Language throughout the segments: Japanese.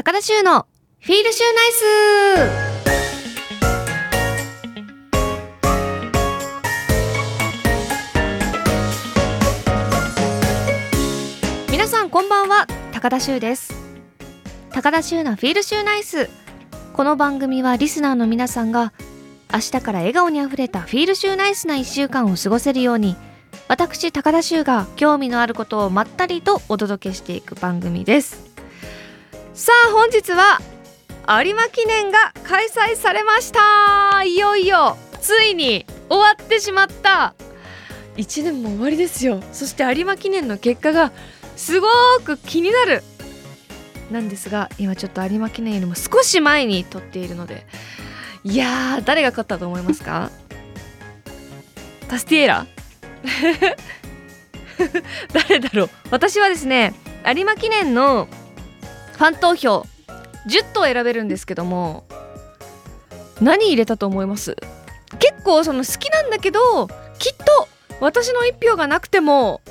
高田修のフィールシューナイス。皆さんこんばんは、高田修です。高田修のフィールシューナイス。この番組はリスナーの皆さんが明日から笑顔にあふれたフィールシューナイスな1週間を過ごせるように、私高田修が興味のあることをまったりとお届けしていく番組です。さあ本日は有馬記念が開催されました。いよいよついに終わってしまった。1年も終わりですよ。そして有馬記念の結果がすごく気になるなんですが、今ちょっと有馬記念よりも少し前に撮っているので、いやー、誰が勝ったと思いますか？タスティエーラ誰だろう。私はですね、有馬記念のファン投票10頭選べるんですけども、何入れたと思います？結構その好きなんだけど、きっと私の1票がなくても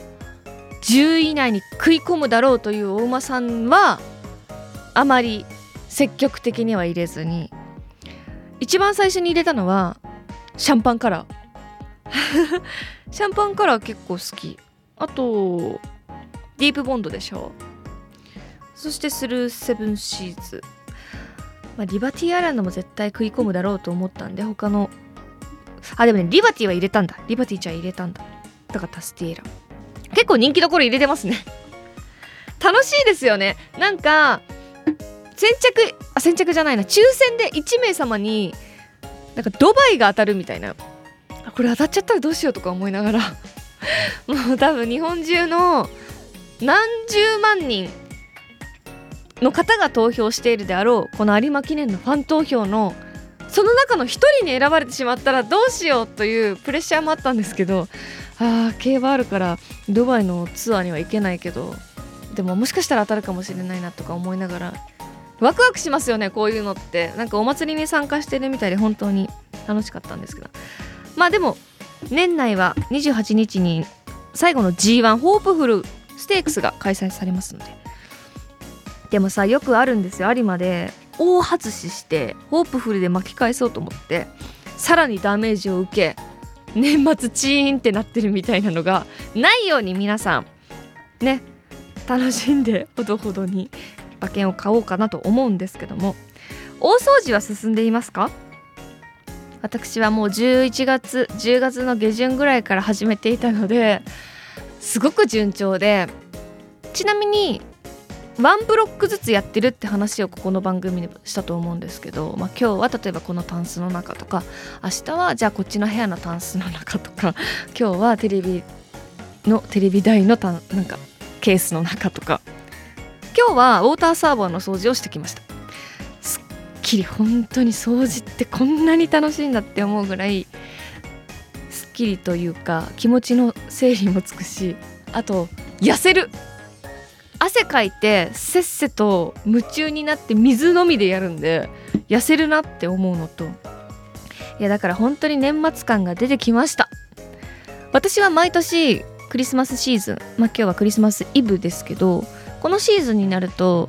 10位以内に食い込むだろうというお馬さんはあまり積極的には入れずに、一番最初に入れたのはシャンパンカラーシャンパンカラー結構好き。あとディープボンドでしょ。そしてスルーセブンシーズ、リバティアイランドも絶対食い込むだろうと思ったんで、他のでもね、リバティは入れたんだ。リバティちゃん入れたんだ。だからタスティエーラ結構人気どころ入れてますね楽しいですよね。なんか先着じゃないな、抽選で1名様になんかドバイが当たるみたいな、これ当たっちゃったらどうしようとか思いながらもう多分日本中の何十万人の方が投票しているであろうこの有馬記念のファン投票のその中の一人に選ばれてしまったらどうしようというプレッシャーもあったんですけど、競馬あるからドバイのツアーには行けないけど、でももしかしたら当たるかもしれないなとか思いながら、ワクワクしますよね、こういうのって。なんかお祭りに参加してるみたいで本当に楽しかったんですけど、でも年内は28日に最後の G1 ホープフルステークスが開催されますので。でもさ、よくあるんですよ、有馬で大外ししてホープフルで巻き返そうと思ってさらにダメージを受け、年末チーンってなってるみたいなのがないように、皆さんね、楽しんでほどほどに馬券を買おうかなと思うんですけども、大掃除は進んでいますか？私はもう10月の下旬ぐらいから始めていたので、すごく順調で、ちなみにワンブロックずつやってるって話をここの番組でしたと思うんですけど、今日は例えばこのタンスの中とか、明日はじゃあこっちの部屋のタンスの中とか、今日はテレビ台のなんかケースの中とか、今日はウォーターサーバーの掃除をしてきました。すっきり、本当に掃除ってこんなに楽しいんだって思うぐらいすっきりというか、気持ちの整理もつくし、あと痩せる。汗かいてせっせと夢中になって水のみでやるんで痩せるなって思うのと、いやだから本当に年末感が出てきました。私は毎年クリスマスシーズン、今日はクリスマスイブですけど、このシーズンになると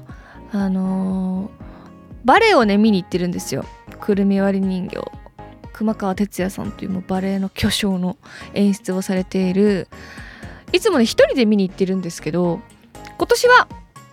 バレエをね見に行ってるんですよ。くるみ割り人形、熊川哲也さんというもうバレエの巨匠の演出をされている、いつもね一人で見に行ってるんですけど、今年は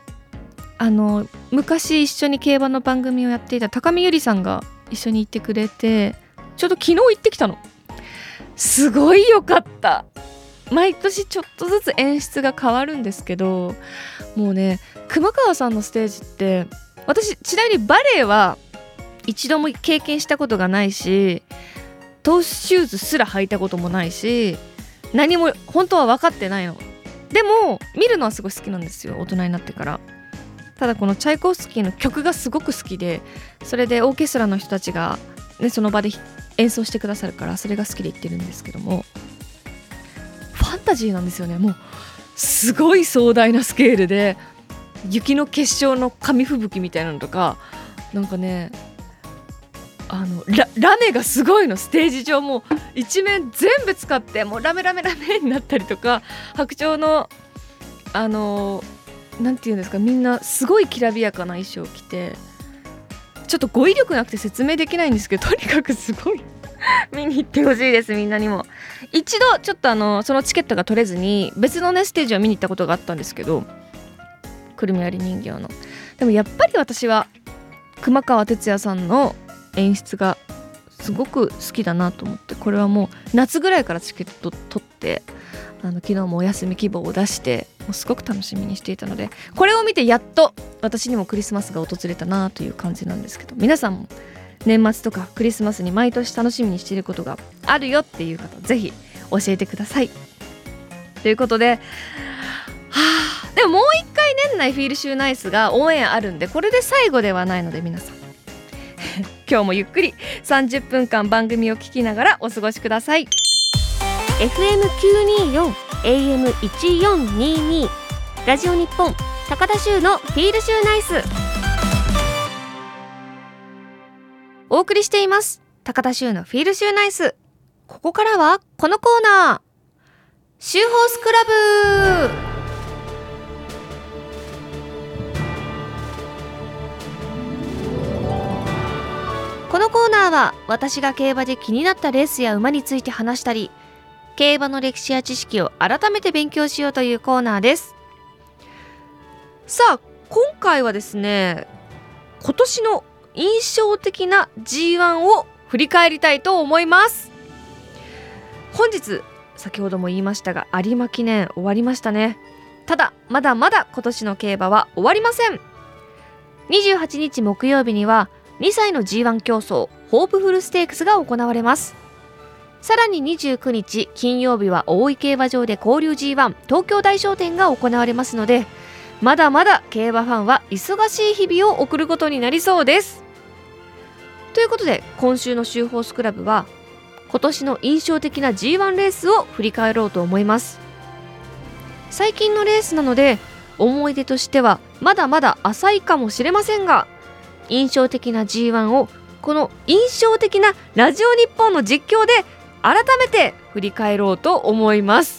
昔一緒に競馬の番組をやっていた高見ゆりさんが一緒に行ってくれて、ちょうど昨日行ってきたの。すごい良かった。毎年ちょっとずつ演出が変わるんですけど、もうね、熊川さんのステージって、私ちなみにバレエは一度も経験したことがないし、トースシューズすら履いたこともないし、何も本当は分かってないの。でも見るのはすごい好きなんですよ、大人になってから。ただこのチャイコフスキーの曲がすごく好きで、それでオーケストラの人たちが、その場で演奏してくださるから、それが好きで言ってるんですけども、ファンタジーなんですよね。もうすごい壮大なスケールで、雪の結晶の紙吹雪みたいなのとか、なんかね、ラメがすごいの。ステージ上もう一面全部使って、もうラメになったりとか、白鳥のなんていうんですか、みんなすごいきらびやかな衣装を着て、ちょっと語彙力なくて説明できないんですけど、とにかくすごい見に行ってほしいです。みんなにも一度ちょっとそのチケットが取れずに別のねステージを見に行ったことがあったんですけど、くるみ割り人形の。でもやっぱり私は熊川哲也さんの演出がすごく好きだなと思って、これはもう夏ぐらいからチケット取って昨日もお休み希望を出してもうすごく楽しみにしていたので、これを見てやっと私にもクリスマスが訪れたなという感じなんですけど、皆さんも年末とかクリスマスに毎年楽しみにしていることがあるよっていう方、ぜひ教えてくださいということで、でももう一回年内フィールシューナイスがオンエアあるんで、これで最後ではないので、皆さん今日もゆっくり30分間番組を聞きながらお過ごしください。 FM924 AM1422 ラジオ日本高田修のフィールシューナイス。 お送りしています高田修のフィールシューナイス。ここからはこのコーナー、シューホースクラブ。このコーナーは私が競馬で気になったレースや馬について話したり、競馬の歴史や知識を改めて勉強しようというコーナーです。さあ今回はですね、今年の印象的な G1 を振り返りたいと思います。本日先ほども言いましたが有馬記念終わりましたね。ただまだまだ今年の競馬は終わりません。28日木曜日には2歳の G1 競争ホープフルステークスが行われます。さらに29日金曜日は大井競馬場で交流 G1 東京大賞典が行われますので、まだまだ競馬ファンは忙しい日々を送ることになりそうです。ということで今週のシューホースクラブは今年の印象的な G1 レースを振り返ろうと思います。最近のレースなので思い出としてはまだまだ浅いかもしれませんが、印象的な G1 をこの印象的なラジオ日本の実況で改めて振り返ろうと思います。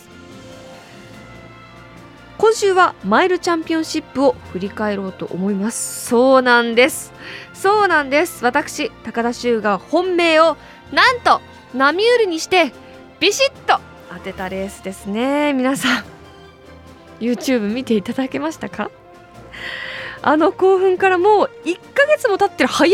今週はマイルチャンピオンシップを振り返ろうと思います。そうなんです。私高田修が本命をなんとナミュールにしてビシッと当てたレースですね。皆さん YouTube 見ていただけましたか？興奮からもう1ヶ月も経ってる。早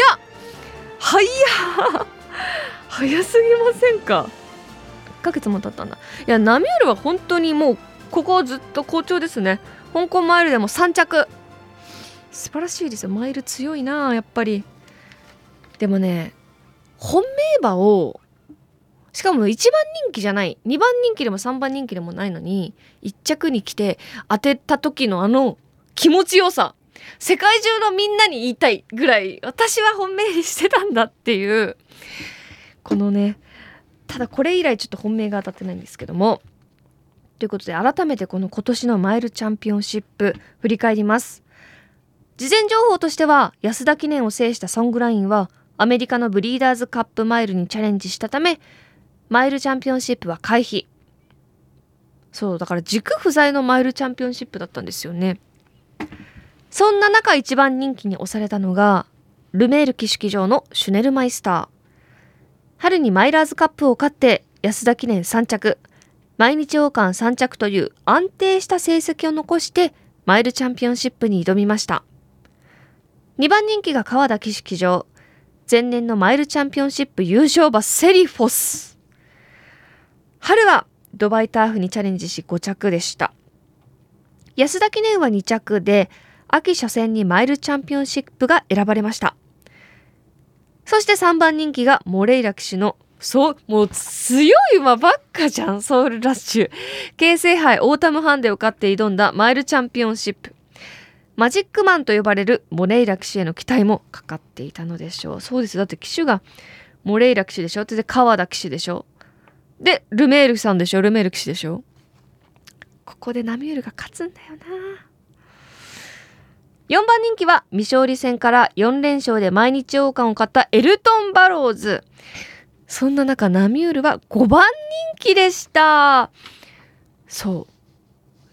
すぎませんか？1ヶ月も経ったんだ。いやナミュールは本当にもうここずっと好調ですね。香港マイルでも3着、素晴らしいですよ。マイル強いなやっぱり。でもね、本命馬をしかも1番人気じゃない、2番人気でも3番人気でもないのに1着に来て当てた時の気持ちよさ、世界中のみんなに言いたいぐらい私は本命にしてたんだっていう、このね、ただこれ以来ちょっと本命が当たってないんですけども、ということで改めてこの今年のマイルチャンピオンシップ振り返ります。事前情報としては安田記念を制したソングラインはアメリカのブリーダーズカップマイルにチャレンジしたためマイルチャンピオンシップは回避。そうだから軸不在のマイルチャンピオンシップだったんですよね。そんな中一番人気に推されたのがルメール騎手騎乗のシュネルマイスター。春にマイラーズカップを勝って安田記念3着、毎日王冠3着という安定した成績を残してマイルチャンピオンシップに挑みました。2番人気が川田騎手騎乗、前年のマイルチャンピオンシップ優勝馬セリフォス。春はドバイターフにチャレンジし5着でした。安田記念は2着で秋初戦にマイルチャンピオンシップが選ばれました。そして3番人気がモレイラ騎手のもう強い馬ばっかじゃん。ソウルラッシュ京成杯オータムハンデを勝って挑んだマイルチャンピオンシップ。マジックマンと呼ばれるモレイラ騎手への期待もかかっていたのでしょう。そうです。だって騎手がモレイラ騎手でしょ。で川田騎手でしょ。でルメールさんでしょ。ルメール騎手でしょ。ここでナミュールが勝つんだよな。4番人気は未勝利戦から4連勝で毎日王冠を勝ったエルトン・バローズ。そんな中ナミュールは5番人気でした。そう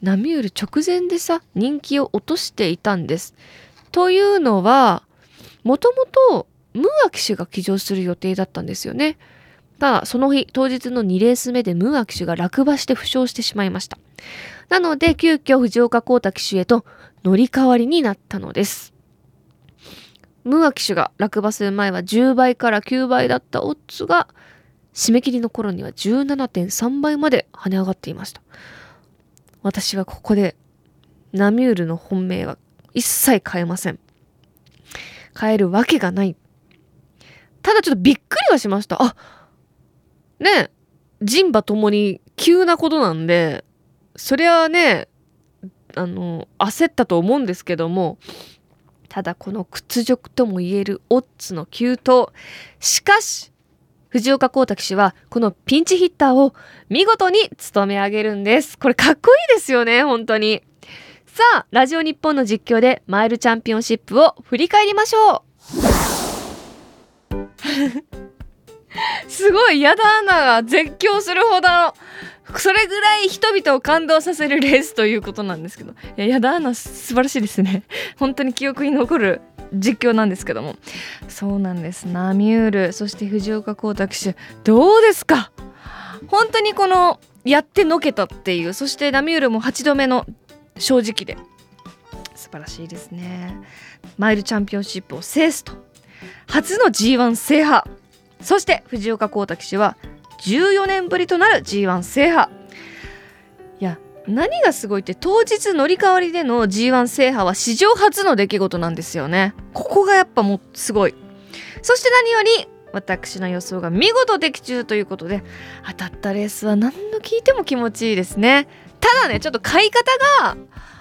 ナミュール直前でさ人気を落としていたんです。というのはもともとムーア騎手が騎乗する予定だったんですよね。ただその日当日の2レース目でムーア騎手が落馬して負傷してしまいました。なので急遽藤岡浩太騎手へと乗り換わりになったのです。ムーア騎手が落馬する前は10倍から9倍だったオッズが締め切りの頃には 17.3 倍まで跳ね上がっていました。私はここでナミュールの本命は一切変えません。変えるわけがない。ただちょっとびっくりはしました。ね、人馬ともに急なことなんでそりゃね焦ったと思うんですけども、ただこの屈辱ともいえるオッズの急騰、しかし藤岡浩太騎手はこのピンチヒッターを見事に務め上げるんです。これかっこいいですよね、本当に。さあラジオ日本の実況でマイルチャンピオンシップを振り返りましょうすごい矢田アナが絶叫するほどのそれぐらい人々を感動させるレースということなんですけど、矢田アナ素晴らしいですね。本当に記憶に残る実況なんですけども、そうなんです。ナミュールそして藤岡浩太騎手どうですか。本当にこのやってのけたっていう、そしてナミュールも8度目の正直で素晴らしいですね。マイルチャンピオンシップを制すと初の G1 制覇、そして藤岡浩太騎手は14年ぶりとなる G1 制覇。いや何がすごいって当日乗り換わりでの G1 制覇は史上初の出来事なんですよね。ここがやっぱもうすごい。そして何より私の予想が見事的中ということで当たったレースは何度聞いても気持ちいいですね。ただねちょっと買い方が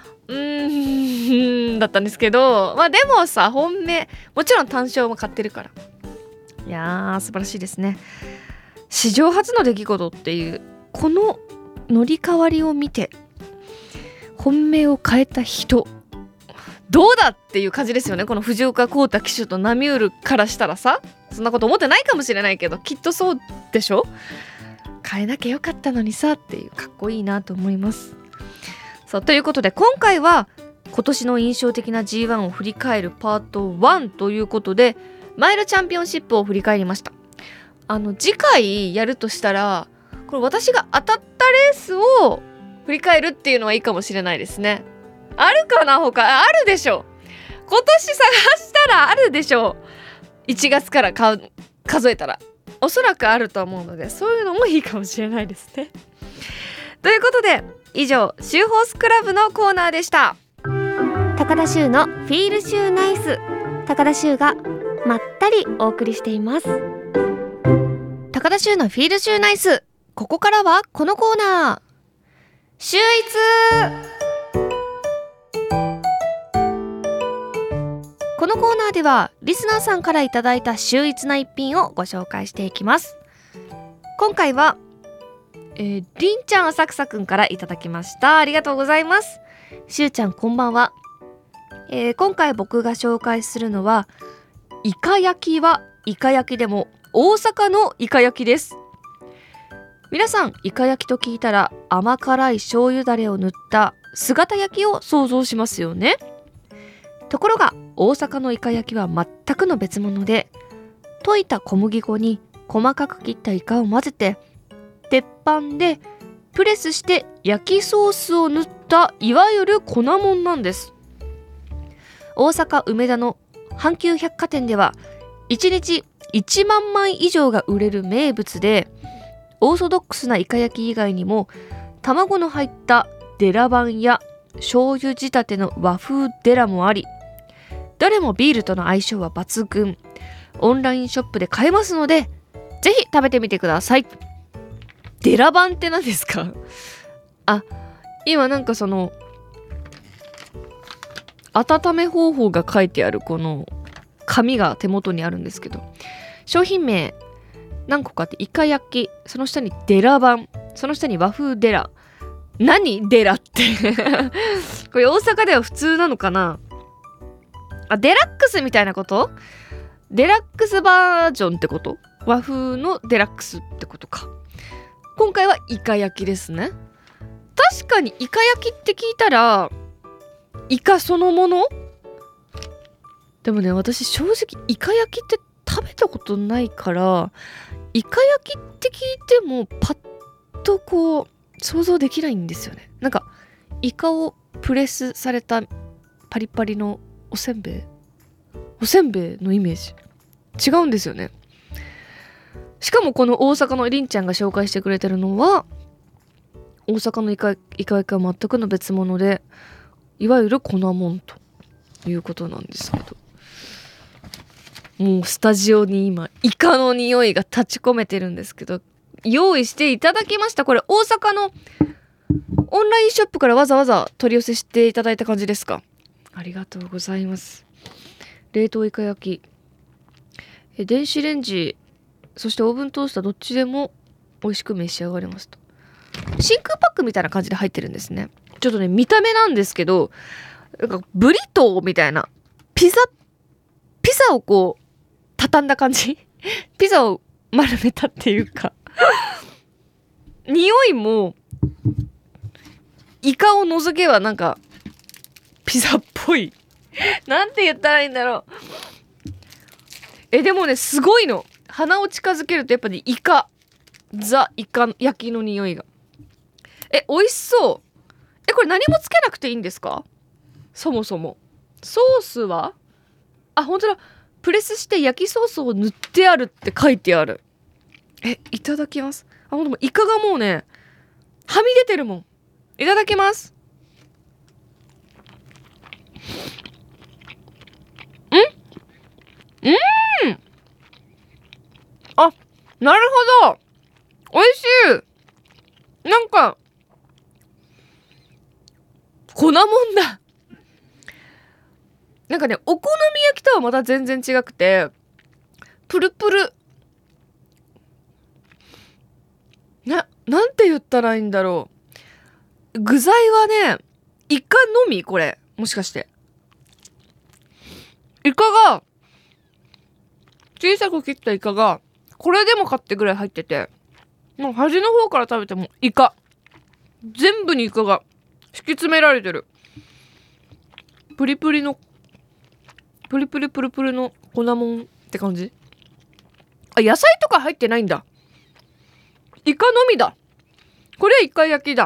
だったんですけど、まあでもさ本命もちろん単勝も買ってるから、いやー素晴らしいですね。史上初の出来事っていうこの乗り換わりを見て本命を変えた人どうだっていう感じですよね。この藤岡浩太騎手とナミュールからしたらさ、そんなこと思ってないかもしれないけどきっとそうでしょ。変えなきゃよかったのにさっていう、かっこいいなと思います。そうということで今回は今年の印象的な G1 を振り返るパート1ということでマイルチャンピオンシップを振り返りました。次回やるとしたらこれ私が当たったレースを振り返るっていうのはいいかもしれないですね。あるかな、他あるでしょ。今年探したらあるでしょ。1月から数えたらおそらくあると思うのでそういうのもいいかもしれないですね。ということで以上シューホースクラブのコーナーでした。 高田修のフィールシューナイス、高田修がまったりお送りしています。 高田修のフィールシューナイス、ここからはこのコーナー秀逸。このコーナーではリスナーさんからいただいた秀逸な一品をご紹介していきます。今回は、りんちゃん浅草くんからいただきました。ありがとうございます。しゅうちゃんこんばんは。今回僕が紹介するのはイカ焼きはイカ焼きでも大阪のイカ焼きです。皆さんイカ焼きと聞いたら甘辛い醤油だれを塗った姿焼きを想像しますよね。ところが大阪のイカ焼きは全くの別物で、溶いた小麦粉に細かく切ったイカを混ぜて鉄板でプレスして焼きソースを塗ったいわゆる粉もんなんです。大阪梅田の阪急百貨店では1日1万枚以上が売れる名物で、オーソドックスなイカ焼き以外にも卵の入ったデラバンや醤油仕立ての和風デラもあり、どれもビールとの相性は抜群。オンラインショップで買えますのでぜひ食べてみてください。デラバンって何ですか？今なんかその温め方法が書いてあるこの紙が手元にあるんですけど、商品名何個かあって、イカ焼き、その下にデラバン、その下に和風デラ。何デラってこれ大阪では普通なのかな。デラックスみたいなこと？デラックスバージョンってこと？和風のデラックスってことか。今回はイカ焼きですね。 確かにイカ焼きって聞いたらイカそのもの。でもね、私正直イカ焼きって食べたことないから、イカ焼きって聞いてもパッとこう想像できないんですよね。なんかイカをプレスされたパリパリのおせんべいのイメージ違うんですよね。しかもこの大阪のりんちゃんが紹介してくれてるのは、大阪のイカ焼きは全くの別物で、いわゆる粉もんということなんですけど、もうスタジオに今イカの匂いが立ち込めてるんですけど、用意していただきました。これ大阪のオンラインショップからわざわざ取り寄せしていただいた感じですか？ありがとうございます。冷凍イカ焼き、電子レンジそしてオーブントースターどっちでも美味しく召し上がれますと。真空パックみたいな感じで入ってるんですね。ちょっとね、見た目なんですけど、なんかブリトーみたいなピザをこう畳んだ感じピザを丸めたっていうか匂いもイカを除けばなんかピザっぽいなんて言ったらいいんだろう。でもね、すごいの。鼻を近づけるとやっぱりイカ焼きの匂いが。美味しそう。これ何もつけなくていいんですか？そもそもソースは本当だ、プレスして焼きソースを塗ってあるって書いてある。いただきます。ほんとイカがもうねはみ出てるもん。いただきます。なるほど、美味しい。なんか粉もんだ。なんかね、お好み焼きとはまた全然違くて、プルプルなんて言ったらいいんだろう。具材はね、イカのみ。これもしかしてイカが小さく切ったイカがこれでもかってぐらい入ってて、もう端の方から食べてもイカ全部にイカが敷き詰められてる。プリプリのプルプルの粉もんって感じ。野菜とか入ってないんだ。イカのみだ。これイカ焼きだ。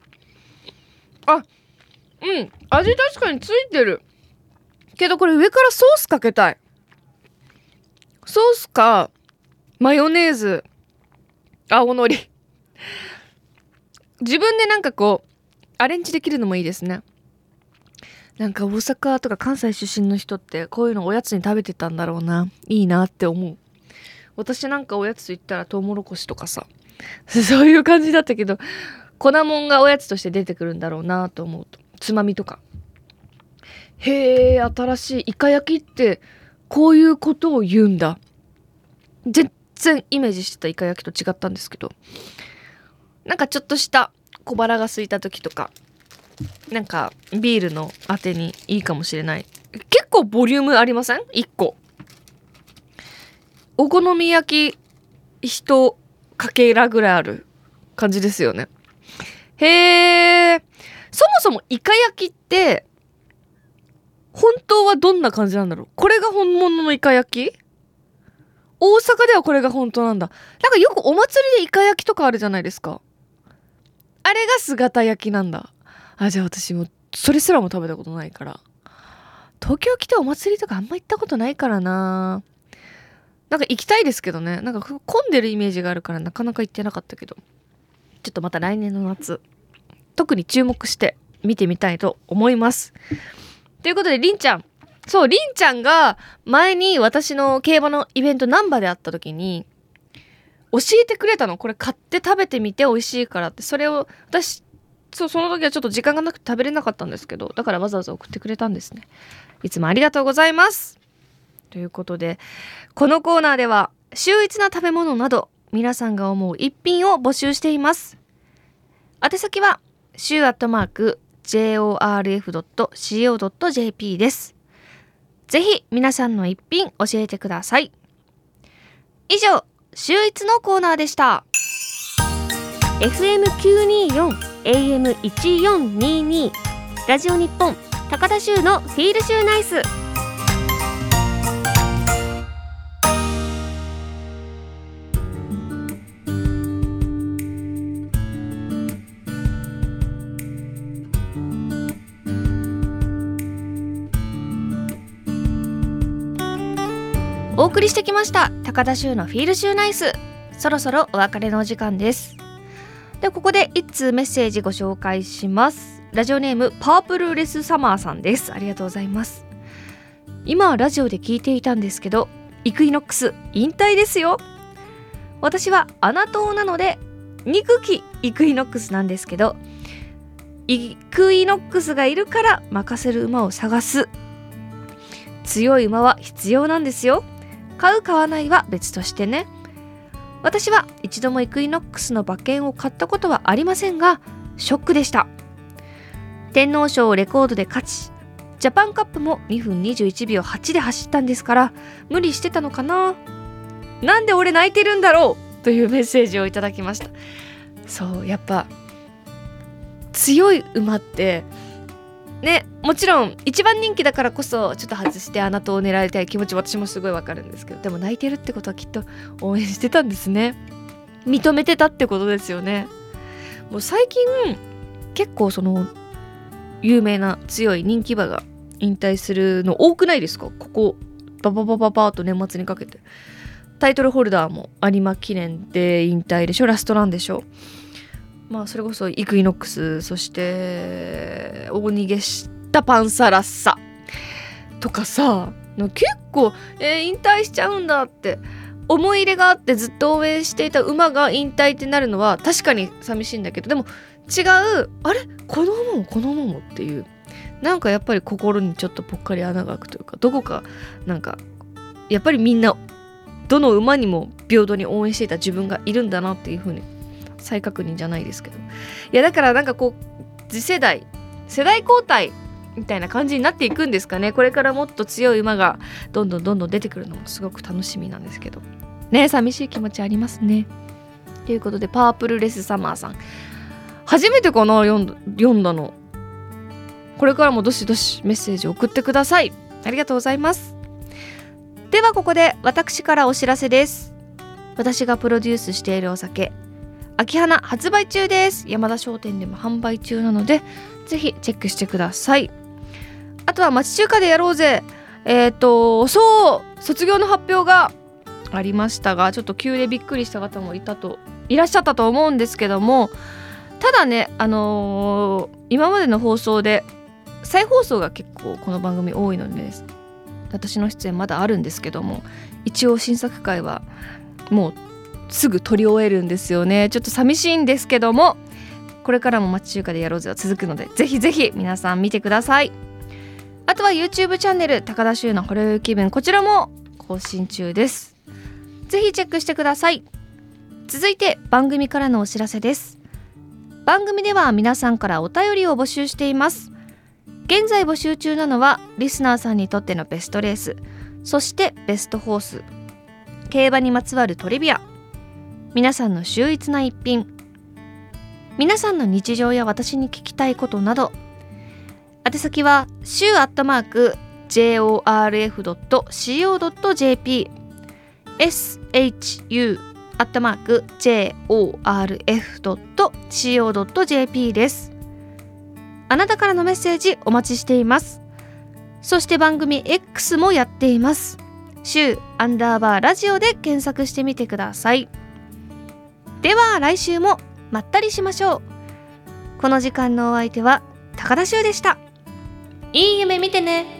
味確かについてるけど、これ上からソースかけたい。ソースかマヨネーズ、青のり自分でなんかこうアレンジできるのもいいですね。なんか大阪とか関西出身の人ってこういうのおやつに食べてたんだろうな。いいなって思う。私なんかおやつ言ったらトウモロコシとかさそういう感じだったけど、粉もんがおやつとして出てくるんだろうなと思うと、つまみとか。へえ、新しい。イカ焼きってこういうことを言うんだ。全然イメージしてたイカ焼きと違ったんですけど、なんかちょっとした小腹が空いた時とか、なんかビールのあてにいいかもしれない。結構ボリュームありません？1個お好み焼き1かけらぐらいある感じですよね。へー。そもそもイカ焼きって本当はどんな感じなんだろう。これが本物のイカ焼き？大阪ではこれが本当なんだ。なんかよくお祭りでイカ焼きとかあるじゃないですか。あれが姿焼きなんだ。じゃあ私もそれすらも食べたことないから。東京来てお祭りとかあんま行ったことないからな。なんか行きたいですけどね。なんか混んでるイメージがあるからなかなか行ってなかったけど、ちょっとまた来年の夏特に注目して見てみたいと思います。ということでりんちゃんが前に私の競馬のイベント難波で会った時に教えてくれたの。これ買って食べてみて美味しいからって。それを私その時はちょっと時間がなくて食べれなかったんですけど、だからわざわざ送ってくれたんですね。いつもありがとうございます。ということで、このコーナーでは秀逸な食べ物など皆さんが思う一品を募集しています。宛先はshoe@jorf.co.jp です。ぜひ皆さんの一品教えてください。以上、秀逸のコーナーでした。 FM924 AM1422 ラジオ日本高田修のフィールシューナイス。 お送りしてきました高田修のフィールシューナイス。そろそろお別れのお時間です。でここで一通メッセージご紹介します。ラジオネームパープルレスサマーさんです。ありがとうございます。今ラジオで聞いていたんですけど、イクイノックス引退ですよ。私は穴党なので憎きイクイノックスなんですけど、イクイノックスがいるから任せる馬を探す。強い馬は必要なんですよ。買う買わないは別としてね。私は一度もイクイノックスの馬券を買ったことはありませんが、ショックでした。天皇賞をレコードで勝ち、ジャパンカップも2分21秒8で走ったんですから、無理してたのかな。なんで俺泣いてるんだろうというメッセージをいただきました。そう、やっぱ強い馬ってね、もちろん一番人気だからこそちょっと外して穴党を狙いたい気持ち、私もすごいわかるんですけど、でも泣いてるってことはきっと応援してたんですね。認めてたってことですよね。もう最近結構その有名な強い人気馬が引退するの多くないですか？ここバババババーと年末にかけて。タイトルホルダーも有馬記念で引退でしょ、ラストなんでしょ。まあそれこそイクイノックス、そして大逃げしたパンサラッサとかさ、結構、引退しちゃうんだって思い入れがあってずっと応援していた馬が引退ってなるのは確かに寂しいんだけど、でも違う、あれこの馬もっていう、なんかやっぱり心にちょっとぽっかり穴が開くというか、どこかなんかやっぱりみんなどの馬にも平等に応援していた自分がいるんだなっていう風に再確認じゃないですけど、いやだからなんかこう世代交代みたいな感じになっていくんですかね。これからもっと強い馬がどんどん出てくるのもすごく楽しみなんですけどね、寂しい気持ちありますね。ということでパープルレスサマーさん、初めてかな読んだの。これからもどしどしメッセージ送ってください。ありがとうございます。ではここで私からお知らせです。私がプロデュースしているお酒秋花発売中です。山田商店でも販売中なのでぜひチェックしてください。あとは町中華でやろうぜ、そう卒業の発表がありましたが、ちょっと急でびっくりした方もいらっしゃったと思うんですけども、ただね、今までの放送で再放送が結構この番組多いので、私の出演まだあるんですけども、一応新作会はもうすぐ撮り終えるんですよね。ちょっと寂しいんですけども、これからも町中華でやろうぜは続くので、ぜひぜひ皆さん見てください。あとは YouTube チャンネル高田修のほろ酔い気分、こちらも更新中です。ぜひチェックしてください。続いて番組からのお知らせです。番組では皆さんからお便りを募集しています。現在募集中なのはリスナーさんにとってのベストレース、そしてベストホース、競馬にまつわるトリビア、皆さんの秀逸な一品、皆さんの日常や私に聞きたいことなど、宛先はshu@jorf.co.jp shu@jorf.co.jp です。あなたからのメッセージお待ちしています。そして番組 X もやっています。週_ラジオで検索してみてください。では来週もまったりしましょう。この時間のお相手は高田修でした。いい夢見てね。